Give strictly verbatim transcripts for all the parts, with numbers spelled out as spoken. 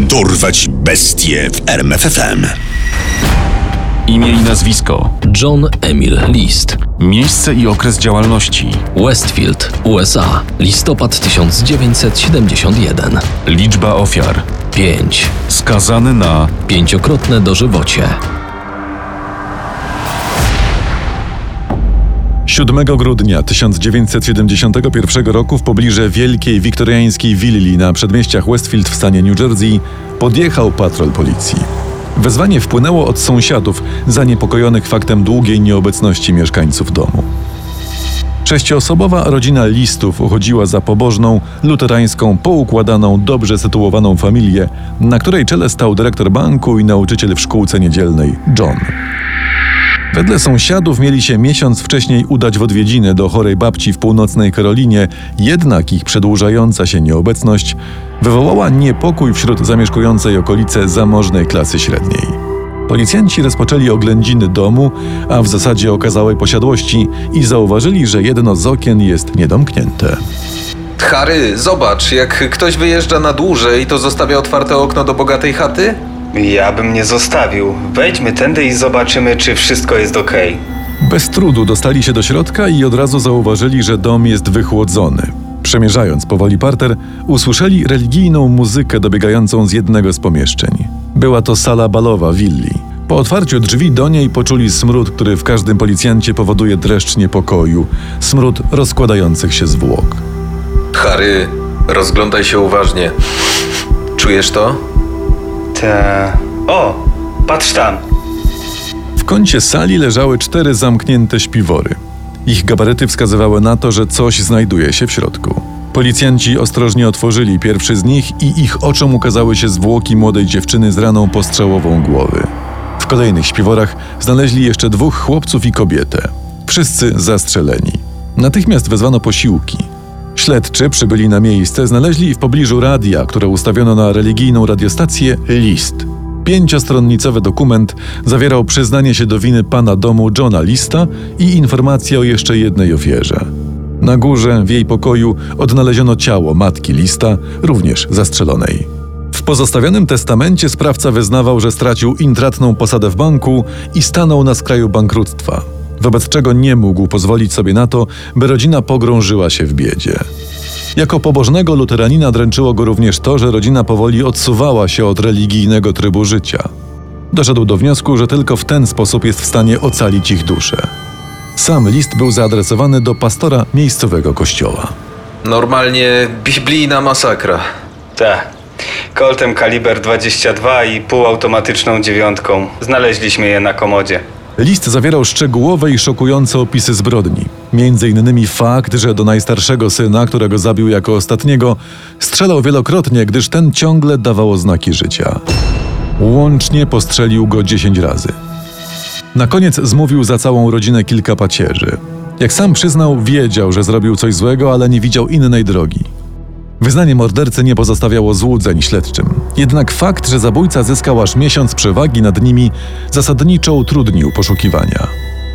Dorwać bestie w R M F F M. Imię i nazwisko: John Emil List. Miejsce i okres działalności: Westfield, U S A, listopad tysiąc dziewięćset siedemdziesiąt jeden. Liczba ofiar: pięć. Skazany na Pięciokrotne dożywocie. siódmego grudnia tysiąc dziewięćset siedemdziesiątego pierwszego roku w pobliżu wielkiej wiktoriańskiej willi na przedmieściach Westfield w stanie New Jersey podjechał patrol policji. Wezwanie wpłynęło od sąsiadów zaniepokojonych faktem długiej nieobecności mieszkańców domu. Sześcioosobowa rodzina Listów uchodziła za pobożną, luterańską, poukładaną, dobrze sytuowaną familię, na której czele stał dyrektor banku i nauczyciel w szkółce niedzielnej John. Wedle sąsiadów mieli się miesiąc wcześniej udać w odwiedziny do chorej babci w północnej Karolinie, jednak ich przedłużająca się nieobecność wywołała niepokój wśród zamieszkującej okolice zamożnej klasy średniej. Policjanci rozpoczęli oględziny domu, a w zasadzie okazałej posiadłości i zauważyli, że jedno z okien jest niedomknięte. Harry, zobacz, jak ktoś wyjeżdża na dłużej, to zostawia otwarte okno do bogatej chaty? Ja bym nie zostawił. Wejdźmy tędy i zobaczymy, czy wszystko jest okej. Bez trudu dostali się do środka i od razu zauważyli, że dom jest wychłodzony. Przemierzając powoli parter, usłyszeli religijną muzykę dobiegającą z jednego z pomieszczeń. Była to sala balowa willi. Po otwarciu drzwi do niej poczuli smród, który w każdym policjancie powoduje dreszcz niepokoju. Smród rozkładających się zwłok. Harry, rozglądaj się uważnie. Czujesz to? Ta... O, patrz tam. W kącie sali leżały cztery zamknięte śpiwory. Ich gabaryty wskazywały na to, że coś znajduje się w środku. Policjanci ostrożnie otworzyli pierwszy z nich i ich oczom ukazały się zwłoki młodej dziewczyny z raną postrzałową głowy. W kolejnych śpiworach znaleźli jeszcze dwóch chłopców i kobietę. Wszyscy zastrzeleni. Natychmiast wezwano posiłki. Śledczy przybyli na miejsce, znaleźli w pobliżu radia, które ustawiono na religijną radiostację, list. Pięciostronnicowy dokument zawierał przyznanie się do winy pana domu Johna Lista i informację o jeszcze jednej ofierze. Na górze, w jej pokoju, odnaleziono ciało matki Lista, również zastrzelonej. W pozostawionym testamencie sprawca wyznawał, że stracił intratną posadę w banku i stanął na skraju bankructwa, wobec czego nie mógł pozwolić sobie na to, by rodzina pogrążyła się w biedzie. Jako pobożnego luteranina dręczyło go również to, że rodzina powoli odsuwała się od religijnego trybu życia. Doszedł do wniosku, że tylko w ten sposób jest w stanie ocalić ich duszę. Sam list był zaadresowany do pastora miejscowego kościoła. Normalnie biblijna masakra. Tak. Coltem kaliber dwadzieścia dwa i półautomatyczną dziewiątką. Znaleźliśmy je na komodzie. List zawierał szczegółowe i szokujące opisy zbrodni. Między innymi fakt, że do najstarszego syna, którego zabił jako ostatniego, strzelał wielokrotnie, gdyż ten ciągle dawał oznaki życia. Łącznie postrzelił go dziesięć razy. Na koniec zmówił za całą rodzinę kilka pacierzy. Jak sam przyznał, wiedział, że zrobił coś złego, ale nie widział innej drogi. Wyznanie mordercy nie pozostawiało złudzeń śledczym. Jednak fakt, że zabójca zyskał aż miesiąc przewagi nad nimi, zasadniczo utrudnił poszukiwania.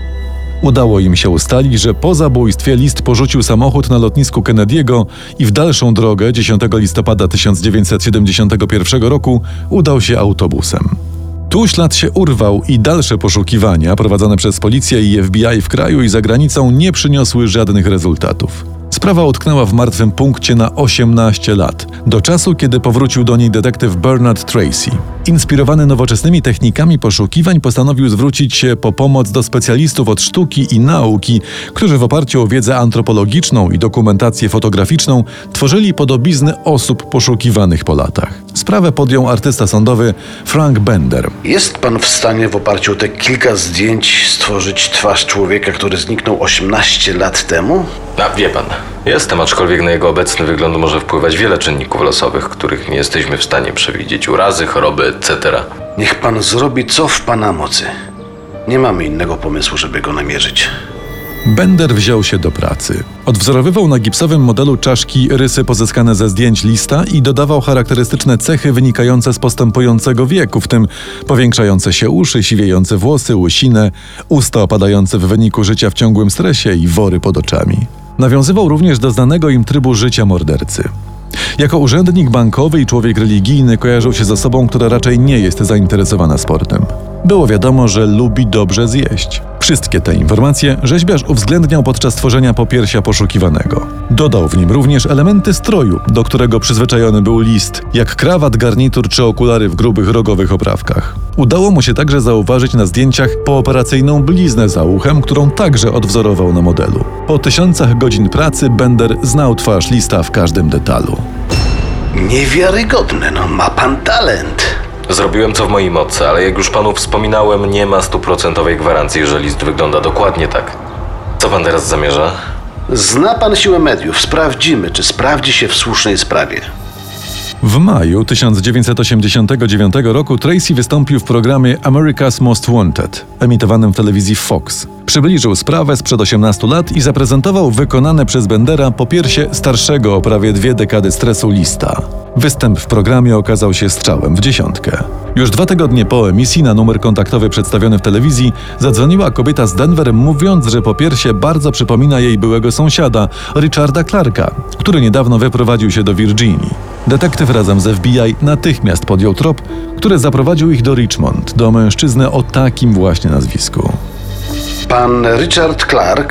Udało im się ustalić, że po zabójstwie List porzucił samochód na lotnisku Kennedy'ego i w dalszą drogę dziesiątego listopada tysiąc dziewięćset siedemdziesiątego pierwszego roku udał się autobusem. Tu ślad się urwał i dalsze poszukiwania prowadzone przez policję i F B I w kraju i za granicą nie przyniosły żadnych rezultatów. Sprawa utknęła w martwym punkcie na osiemnaście lat, do czasu, kiedy powrócił do niej detektyw Bernard Tracy. Inspirowany nowoczesnymi technikami poszukiwań postanowił zwrócić się po pomoc do specjalistów od sztuki i nauki, którzy w oparciu o wiedzę antropologiczną i dokumentację fotograficzną tworzyli podobizny osób poszukiwanych po latach. Sprawę podjął artysta sądowy Frank Bender. Jest pan w stanie w oparciu o te kilka zdjęć stworzyć twarz człowieka, który zniknął osiemnaście lat temu? A wie pan, jestem, aczkolwiek na jego obecny wygląd może wpływać wiele czynników losowych, których nie jesteśmy w stanie przewidzieć. Urazy, choroby, et cetera. Niech pan zrobi co w pana mocy. Nie mamy innego pomysłu, żeby go namierzyć. Bender wziął się do pracy. Odwzorowywał na gipsowym modelu czaszki rysy pozyskane ze zdjęć Lista i dodawał charakterystyczne cechy wynikające z postępującego wieku, w tym powiększające się uszy, siwiejące włosy, łysinę, usta opadające w wyniku życia w ciągłym stresie i wory pod oczami. Nawiązywał również do znanego im trybu życia mordercy. Jako urzędnik bankowy i człowiek religijny kojarzył się z osobą, która raczej nie jest zainteresowana sportem. Było wiadomo, że lubi dobrze zjeść. Wszystkie te informacje rzeźbiarz uwzględniał podczas tworzenia popiersia poszukiwanego. Dodał w nim również elementy stroju, do którego przyzwyczajony był List, jak krawat, garnitur czy okulary w grubych rogowych oprawkach. Udało mu się także zauważyć na zdjęciach pooperacyjną bliznę za uchem, którą także odwzorował na modelu. Po tysiącach godzin pracy Bender znał twarz Lista w każdym detalu. Niewiarygodne, no ma pan talent. Zrobiłem co w mojej mocy, ale jak już panu wspominałem, nie ma stuprocentowej gwarancji, że list wygląda dokładnie tak. Co pan teraz zamierza? Zna pan siłę mediów. Sprawdzimy, czy sprawdzi się w słusznej sprawie. W maju tysiąc dziewięćset osiemdziesiątego dziewiątego roku Tracy wystąpił w programie America's Most Wanted, emitowanym w telewizji Fox. Przybliżył sprawę sprzed osiemnastu lat i zaprezentował wykonane przez Bendera popiersie starszego o prawie dwie dekady stresu Lista. Występ w programie okazał się strzałem w dziesiątkę. Już dwa tygodnie po emisji na numer kontaktowy przedstawiony w telewizji zadzwoniła kobieta z Denver, mówiąc, że popiersie bardzo przypomina jej byłego sąsiada, Richarda Clarka, który niedawno wyprowadził się do Virginii. Detektyw razem z F B I natychmiast podjął trop, który zaprowadził ich do Richmond, do mężczyzny o takim właśnie nazwisku. Pan Richard Clark?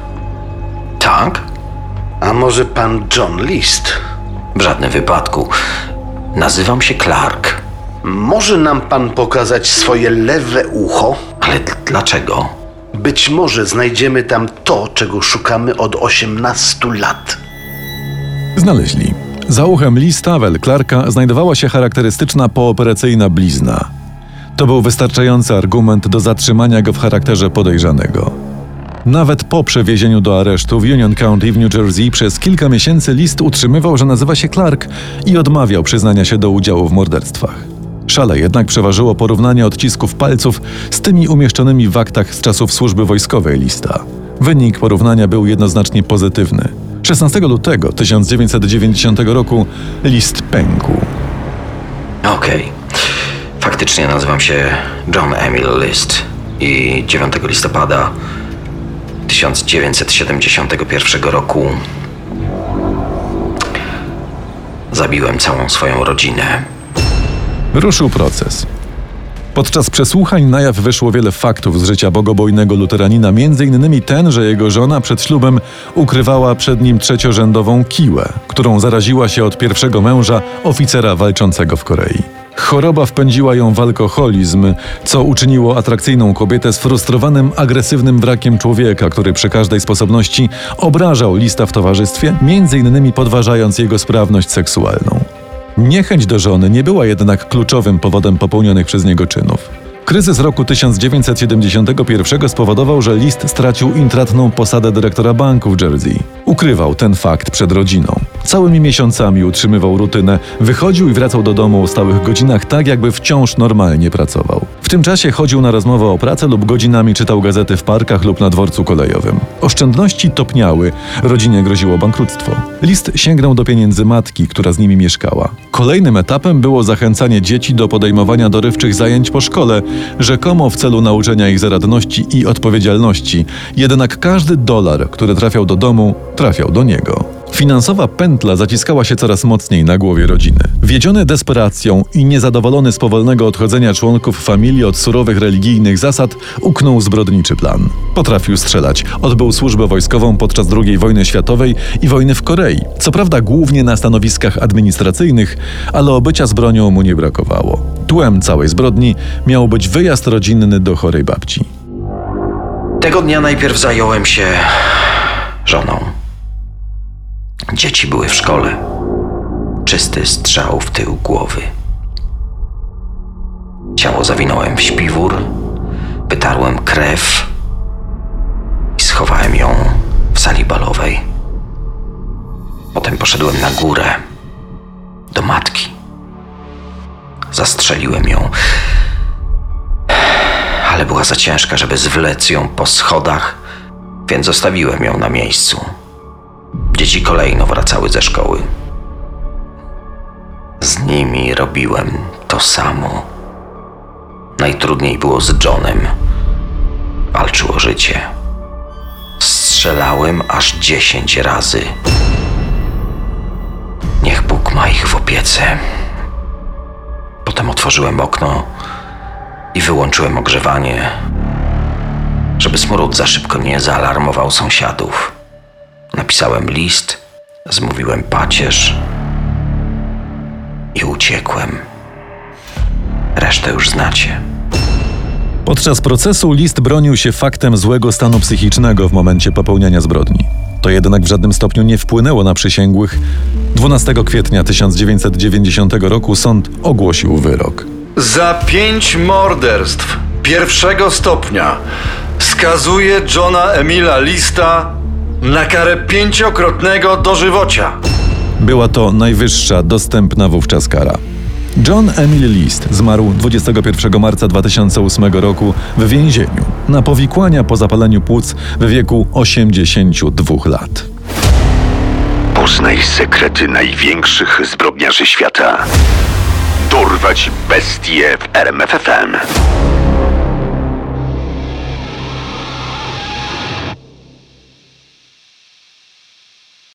Tak? A może pan John List? W żadnym wypadku. Nazywam się Clark. Może nam pan pokazać swoje lewe ucho? Ale d- dlaczego? Być może znajdziemy tam to, czego szukamy od osiemnastu lat. Znaleźli. Za uchem Lista, wel Clarka, znajdowała się charakterystyczna pooperacyjna blizna. To był wystarczający argument do zatrzymania go w charakterze podejrzanego. Nawet po przewiezieniu do aresztu w Union County w New Jersey przez kilka miesięcy List utrzymywał, że nazywa się Clark i odmawiał przyznania się do udziału w morderstwach. Szale jednak przeważyło porównanie odcisków palców z tymi umieszczonymi w aktach z czasów służby wojskowej Lista. Wynik porównania był jednoznacznie pozytywny. szesnastego lutego tysiąc dziewięćset dziewięćdziesiątego roku List pękł. Okej. Okay. Faktycznie nazywam się John Emil List i dziewiątego listopada tysiąc dziewięćset siedemdziesiątego pierwszego roku zabiłem całą swoją rodzinę. Ruszył proces. Podczas przesłuchań na jaw wyszło wiele faktów z życia bogobojnego luteranina, między innymi ten, że jego żona przed ślubem ukrywała przed nim trzeciorzędową kiłę, którą zaraziła się od pierwszego męża, oficera walczącego w Korei. Choroba wpędziła ją w alkoholizm, co uczyniło atrakcyjną kobietę sfrustrowanym, agresywnym wrakiem człowieka, który przy każdej sposobności obrażał Lista w towarzystwie, między innymi podważając jego sprawność seksualną. Niechęć do żony nie była jednak kluczowym powodem popełnionych przez niego czynów. Kryzys roku tysiąc dziewięćset siedemdziesiątego pierwszego spowodował, że List stracił intratną posadę dyrektora banku w Jersey. Ukrywał ten fakt przed rodziną. Całymi miesiącami utrzymywał rutynę, wychodził i wracał do domu o stałych godzinach, tak jakby wciąż normalnie pracował. W tym czasie chodził na rozmowę o pracę lub godzinami czytał gazety w parkach lub na dworcu kolejowym. Oszczędności topniały, rodzinie groziło bankructwo. List sięgnął do pieniędzy matki, która z nimi mieszkała. Kolejnym etapem było zachęcanie dzieci do podejmowania dorywczych zajęć po szkole, rzekomo w celu nauczenia ich zaradności i odpowiedzialności, jednak każdy dolar, który trafiał do domu, trafiał do niego. Finansowa pętla zaciskała się coraz mocniej na głowie rodziny. Wiedziony desperacją i niezadowolony z powolnego odchodzenia członków familii od surowych religijnych zasad, uknął zbrodniczy plan. Potrafił strzelać, odbył służbę wojskową podczas drugiej wojny światowej i wojny w Korei. Co prawda głównie na stanowiskach administracyjnych, ale obycia z bronią mu nie brakowało. Tłem całej zbrodni miał być wyjazd rodzinny do chorej babci. Tego dnia najpierw zająłem się żoną. Dzieci były w szkole. Czysty strzał w tył głowy. Ciało zawinąłem w śpiwór, wytarłem krew i schowałem ją w sali balowej. Potem poszedłem na górę, do matki. Zastrzeliłem ją, ale była za ciężka, żeby zwlec ją po schodach, więc zostawiłem ją na miejscu. Dzieci kolejno wracały ze szkoły. Z nimi robiłem to samo. Najtrudniej było z Johnem. Walczył o życie. Strzelałem aż dziesięć razy. Niech Bóg ma ich w opiece. Potem otworzyłem okno i wyłączyłem ogrzewanie, żeby smród za szybko nie zaalarmował sąsiadów. Napisałem list, zmówiłem pacierz i uciekłem. Resztę już znacie. Podczas procesu List bronił się faktem złego stanu psychicznego w momencie popełniania zbrodni. To jednak w żadnym stopniu nie wpłynęło na przysięgłych. dwunastego kwietnia tysiąc dziewięćset dziewięćdziesiątego roku sąd ogłosił wyrok. Za pięć morderstw pierwszego stopnia skazuje Johna Emila Lista na karę pięciokrotnego dożywocia. Była to najwyższa dostępna wówczas kara. John Emil List zmarł dwudziestego pierwszego marca dwa tysiące ósmego roku w więzieniu na powikłania po zapaleniu płuc w wieku osiemdziesięciu dwóch lat. Poznaj sekrety największych zbrodniarzy świata. Dorwać bestie w R M F F M.